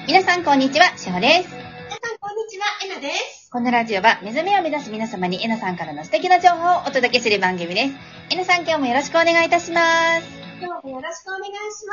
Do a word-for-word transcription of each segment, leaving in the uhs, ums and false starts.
皆さんこんにちは、しほです。 皆さんこんにちは、えなです。 このラジオは目覚めを目指す皆様にえなさんからの素敵な情報をお届けする番組です。えなさん今日もよろしくお願いいたします。 今日もよろしくお願いします。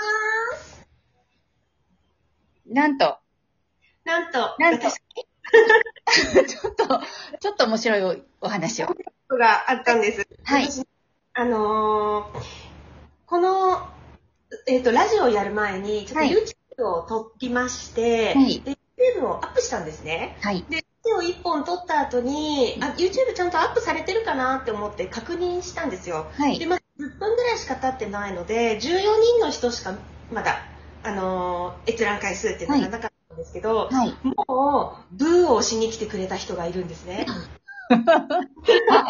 なんと。 なんと。 なんと。ちょっと、ちょっと面白いお話を。 があったんです。 はい。 あのー、この、えっ、ー、と、ラジオをやる前に、ちょっと YouTube を撮りまして、はい、で、YouTube をアップしたんですね。はい。で、ビデオいっぽん撮った後に、あ、YouTube ちゃんとアップされてるかなって思って確認したんですよ。はい。で、まあ、じゅっぷんぐらいしか経ってないので、じゅうよにんの人しかまだ、あのー、閲覧回数っていうのがなかったんですけど、はい、もう、ブーをしに来てくれた人がいるんですね。はい。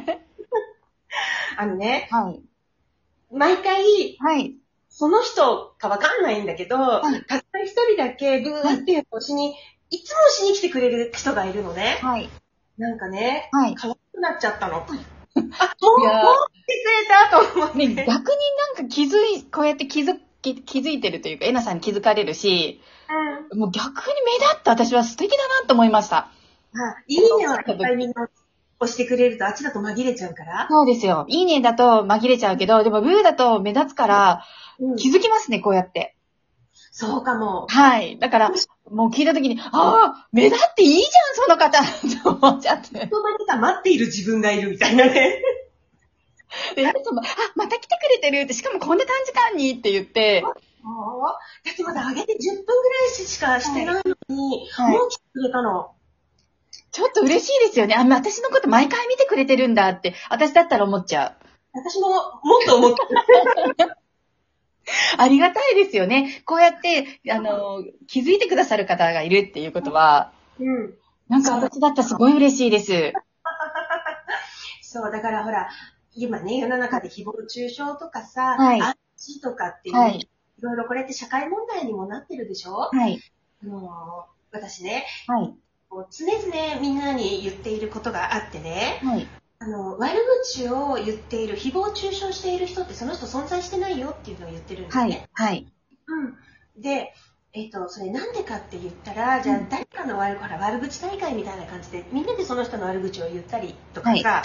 あのね、はい。毎回、はい。その人かわかんないんだけど、はい、たった一人だけブーっていうのをしに、はい、いつもしに来てくれる人がいるのね。はい。なんかね、はい、可愛くなっちゃったの。はい、あ、もう、もう来てくれたと思って。ね、 逆になんか気づい、こうやって気づ、気気づいてるというか、えなさんに気づかれるし、うん、もう逆に目立って私は素敵だなと思いました。 あ、いいねはいっぱいみんな押してくれるとあっちだと紛れちゃうから。 そうですよ。いいねだと紛れちゃうけど、でもブーだと目立つから、気づきますね、こうやって。 そうかも。 はい。だから、もう聞いたときに、ああ、目立っていいじゃん、その方って思っちゃって。 人間が待っている自分がいるみたいなね。 で、あ、また来てくれてるって、しかもこんな短時間にって言って。 ああ、だってまだ上げてじゅっぷんぐらいしかしてないのに、はい、もう来てくれたの。 ちょっと嬉しいですよね。あ、私のこと毎回見てくれてるんだって、私だったら思っちゃう。 私ももっと思ってる。 ありがたいですよね。こうやって、あの、気づいてくださる方がいるっていうことは、うん。なんか私だったらすごい嬉しいです。 そう、だからほら、今ね、世の中で誹謗中傷とかさ、はい、アンチとかっていう、はい、いろいろこれって社会問題にもなってるでしょ？はい。あの、私ね、はい。常々みんなに言っていることがあってね、はい。あの、悪口を言っている、誹謗中傷している人ってその人存在してないよっていうのを言ってるんですね。はい。はい。うん。で、えっと、それなんでかって言ったら、じゃあ誰かの悪、ほら、悪口大会みたいな感じで、みんなでその人の悪口を言ったりとかさ、はい、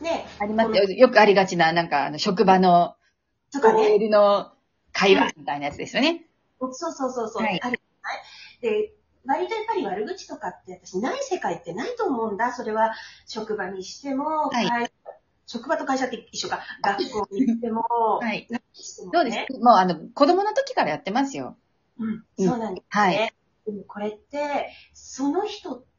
ね。ありますよ。よくありがちな、なんか、あの、職場の、とかね。オールの会話みたいなやつですよね。うん、そうそうそうそう。はい。ある。で、割とやっぱり悪口とかって私ない世界ってないと思うんだ。それは職場にしても、はい、職場と会社って一緒か。学校に行っても、はい。何してもね。そうです。もうあの、子供の時からやってますよ。うん。そうなんですね。はい。でもこれって、その人って、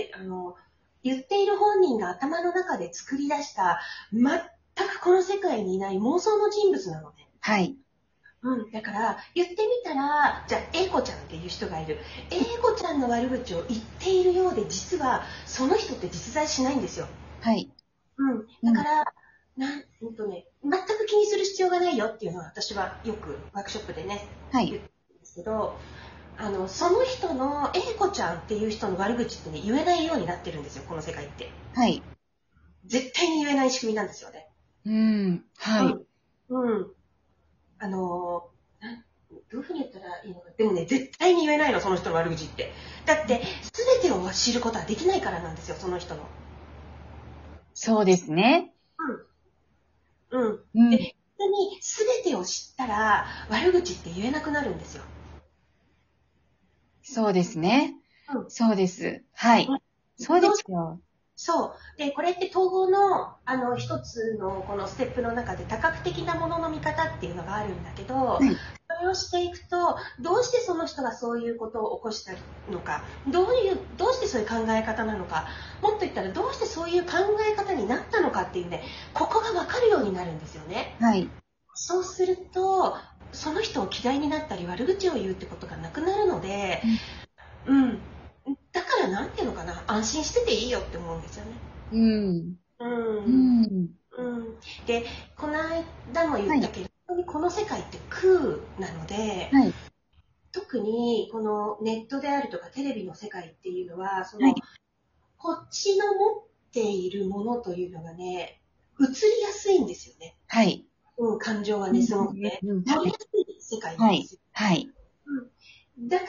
あの、言っている本人が頭の中で作り出した、全くこの世界にいない妄想の人物なのね。はい。うん。だから、言ってみたら、じゃあ、A子ちゃんっていう人がいる。A子ちゃんの悪口を言っているようで、実は、その人って実在しないんですよ。はい。うん。だから、うん、なん、うんとね、全く気にする必要がないよっていうのは、私はよくワークショップでね、はい、言ってるんですけど、あの、その人の A 子ちゃんっていう人の悪口ってね、言えないようになってるんですよ、この世界って。はい。絶対に言えない仕組みなんですよね。うん。はい。うん。うん、あの、どういうふうに言ったらいいのか。でもね、絶対に言えないの、その人の悪口って。だって、すべてを知ることはできないからなんですよ、その人の。そうですね。うん。うん。で、本当にすべてを知ったら、悪口って言えなくなるんですよ。そうですね。うん。そうです。はい。うん、そうですよ。そう。で、これって統合の、あの、一つのこのステップの中で多角的なものの見方っていうのがあるんだけど、はい、それをしていくと、どうしてその人がそういうことを起こしたのか、どういう、どうしてそういう考え方なのか、もっと言ったらどうしてそういう考え方になったのかっていうね、ここが分かるようになるんですよね。はい。そうすると、その人を嫌いになったり悪口を言うってことがなくなるので、うん。うんだからなんていうのかな、安心してていいよって思うんですよね。うん。うん。うん。うん。で、この間も言ったけど、はい、この世界って空なので、はい、特にこのネットであるとかテレビの世界っていうのは、その、はい、こっちの持っているものというのがね、移りやすいんですよね。はい。うん、感情がね、すごくね、乗りやすい世界なんですよ。はい。はい。うんだから、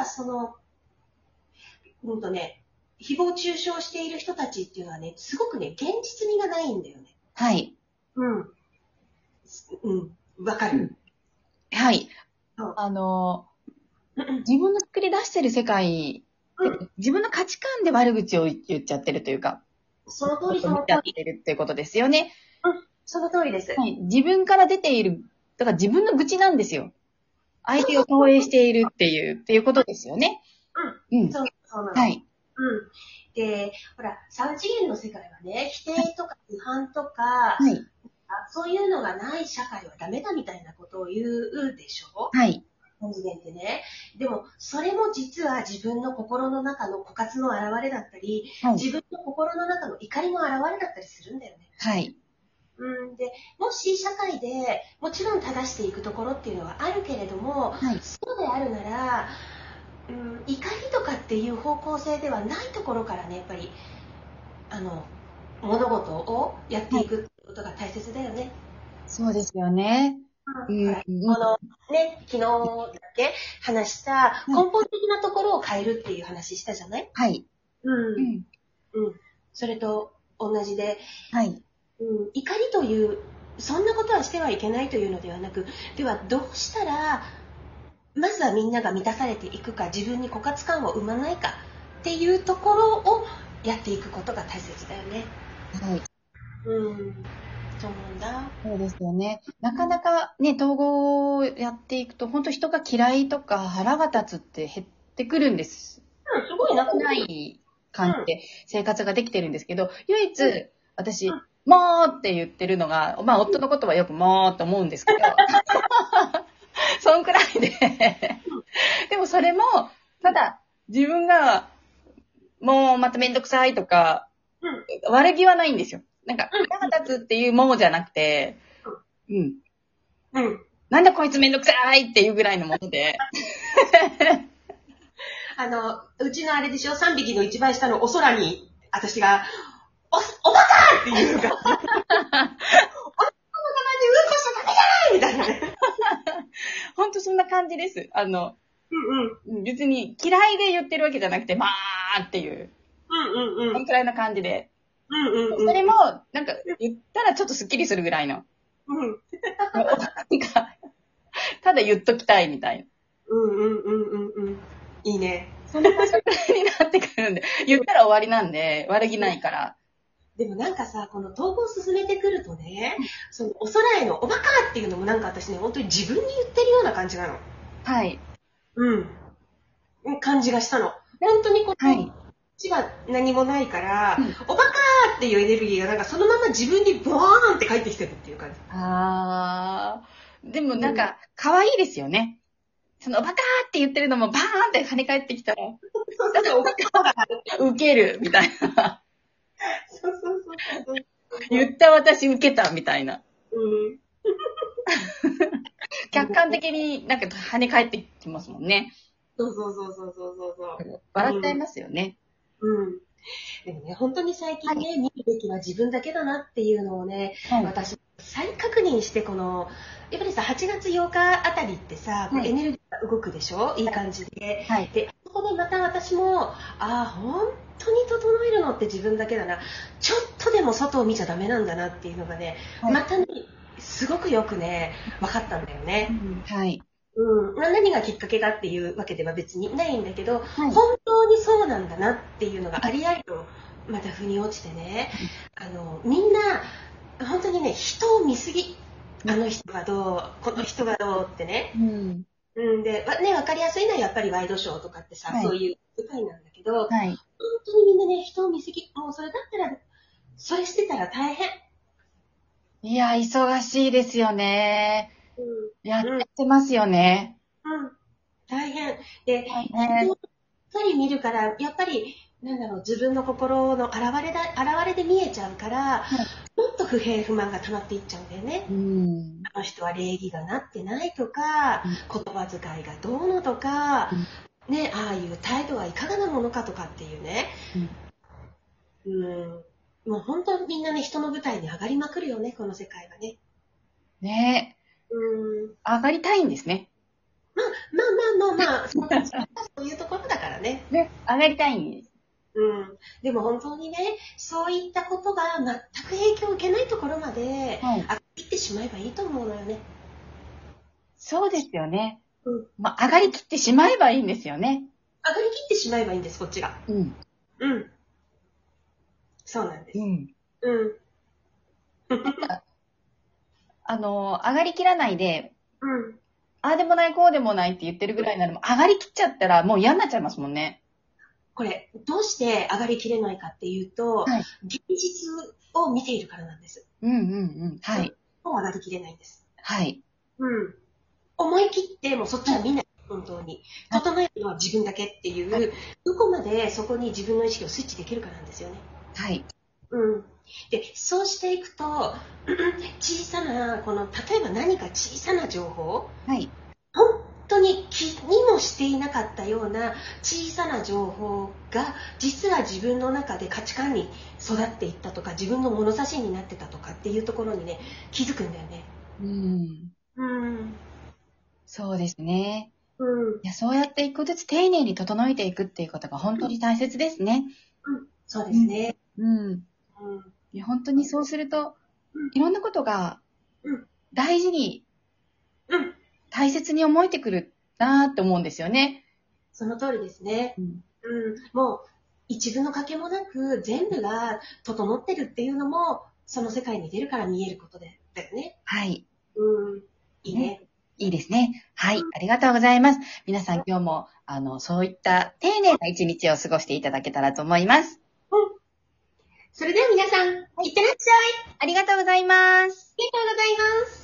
その、うんとね、誹謗中傷している人たちっていうのはね、すごくね、現実味がないんだよね。 はい。 うん。うん。わかる、 うん、はい。あの、自分の作り出してる世界、うん、自分の価値観で悪口を言っちゃってるというか、 その通り、その通り。 やってるっていうことですよね。 うん、その通りです。 はい。自分から出ている、だから自分の愚痴なんですよ。相手を投影しているっていう、っていうことですよね。 うん。うん。そう、そうなの。 はい。 うん。で、ほら、三次元の世界はね、否定とか批判とか、はい、そういうのがない社会はダメだみたいなことを言うでしょ？はい。三次元ってね。でも、それも実は自分の心の中の枯渇の表れだったり、はい、自分の心の中の怒りの表れだったりするんだよね。はい。うん、で、もし社会でもちろん正していくところっていうのはあるけれども、はい、そうであるなら、うん、怒りとかっていう方向性ではないところからね、やっぱりあの物事をやっていくことが大切だよね。はい、 そうですよね。 うん、うん、このね、昨日だけ話した根本的なところを変えるっていう話したじゃない？はい。うん。うん。うん。それと同じで、はい。うん、怒りという、そんなことはしてはいけないというのではなく、ではどうしたら、まずはみんなが満たされていくか、自分に枯渇感を生まないかっていうところをやっていくことが大切だよね。はい。うん。そうなんだ。 そうですよね。なかなかね、統合をやっていくと、本当人が嫌いとか腹が立つって減ってくるんです。 うん、すごいなくない感じで生活ができてるんですけど、唯一、うん、私、うん、もーって言ってるのが、まあ夫のことはよくもーって思うんですけど、そんくらいででもそれも、ただ自分がもうまためんどくさいとか、うん、悪気はないんですよ。なんか、腹が立つっていうものじゃなくて、うん。うん。なんだこいつめんどくさいっていうぐらいのもので。 あの、うちのあれでしょ、さんびきの一番下のお空に、私が、お、おバカっていうか、おバカの名前でうんこしちゃダメじゃないみたいなね。 ほんとそんな感じです。あの、うんうん。別に嫌いで言ってるわけじゃなくて、まーっていう。うんうんうん。そのくらいの感じで。うんうんうん。それも、なんか、言ったらちょっとスッキリするぐらいの。うん。なんか、ただ言っときたいみたいな。 うんうんうんうんうん。いいね。 そんな感じになってくるんで、言ったら終わりなんで、悪気ないから。 でもなんかさ、この投稿を進めてくるとね、そのお空へのおバカっていうのもなんか私ね、本当に自分に言ってるような感じなの。はい。うん。感じがしたの。本当にこっちは何もないから、はい、おバカっていうエネルギーがなんかそのまま自分にブワーンって返ってきてるっていう感じ。 あー。でもなんか、可愛いですよね。そのおバカーって言ってるのもバーンって跳ね返ってきたら、ウケるみたいな。そうそうそうそう。言った私ウケたみたいな。うん、客観的になんか跳ね返ってきますもんね。 そうそうそうそうそうそう。 笑っちゃいますよね。 うん。うん、でもね、本当に最近ね、はい、見るべきは自分だけだなっていうのをね、はい、私、再確認して、この、やっぱりさ、はちがつようかあたりってさ、はい、エネルギーが動くでしょ、いい感じで。はい、で、ここでまた私も、ああ、本当に整えるのって自分だけだな。ちょっとでも外を見ちゃダメなんだなっていうのがね、はい、またね、すごくよくね、分かったんだよね。うん、はい。うん、何がきっかけかっていうわけでは別にないんだけど、はい、本当にそうなんだなっていうのがありありとまた腑に落ちてね、あのみんな本当にね、人を見すぎ、あの人がどう、この人がどうってね、うんうん、でね、分かりやすいのはやっぱりワイドショーとかってさ、はい、そういう世界なんだけど、はい、本当にみんなね、人を見すぎ、もうそれだったらそれしてたら大変。 いや、忙しいですよね。うん、やってますよね。 うん。大変。で、大変。やっぱり見るから、やっぱり、なんだろう、自分の心の表れだ、現れで見えちゃうから、はい、もっと不平不満が溜まっていっちゃうんだよね。うん、あの人は礼儀がなってないとか、うん、言葉遣いがどうのとか、うん、ね、ああいう態度はいかがなものかとかっていうね。うん、うんもう本当にみんなね、人の舞台に上がりまくるよね、この世界はね。 ねえ。うん。上がりたいんですね。 まあまあまあまあまあ、その立上がりたいんです。 うん。でも本当にね、そういったことが全く影響を受けないところまで、はい、上がりきってしまえばいいと思うのよね。 そうですよね。 うん。 まあ、上がりきってしまえばいいんですよね。 上がりきってしまえばいいんです、こっちが。 うん。 うん。そうなんです。 うん。 うん。 あの、上がりきらないで、 うん。 ああでもないこうでもないって言ってるぐらいなのも、上がりきっちゃったらもう嫌になっちゃいますもんね。 これ、どうして上がりきれないかっていうと、はい、現実を見ているからなんです。 うんうんうん。はい。 もう上がりきれないんです。 はい。 うん。思い切ってもうそっちは見ない。本当に。整えるのは自分だけっていう、はい、どこまでそこに自分の意識をスイッチできるかなんですよね。 はい。 うん。で、そうしていくと、小さな、この、例えば何か小さな情報、 はい。 本当に気にもしていなかったような小さな情報が、実は自分の中で価値観に育っていったとか、自分の物差しになってたとかっていうところにね、気づくんだよね。 うん。 うん。 そうですね。 うん。 いや、そうやって一個ずつ丁寧に整えていくっていうことが本当に大切ですね。 うん。そうですね。 うん。うん。 うん、 いや本当にそうすると、いろんなことが大事に、 うん、 大切に思えてくるなって思うんですよね。 その通りですね。 うん。 うん、もう一部の賭けもなく全部が整ってるっていうのもその世界に出るから見えることでだよね。 はい。 うん、いいね。 ね、いいですね。はい、ありがとうございます。皆さん今日もあのそういった丁寧な一日を過ごしていただけたらと思います。 うん。それでは皆さん、いってらっしゃい。 ありがとうございます。 ありがとうございます。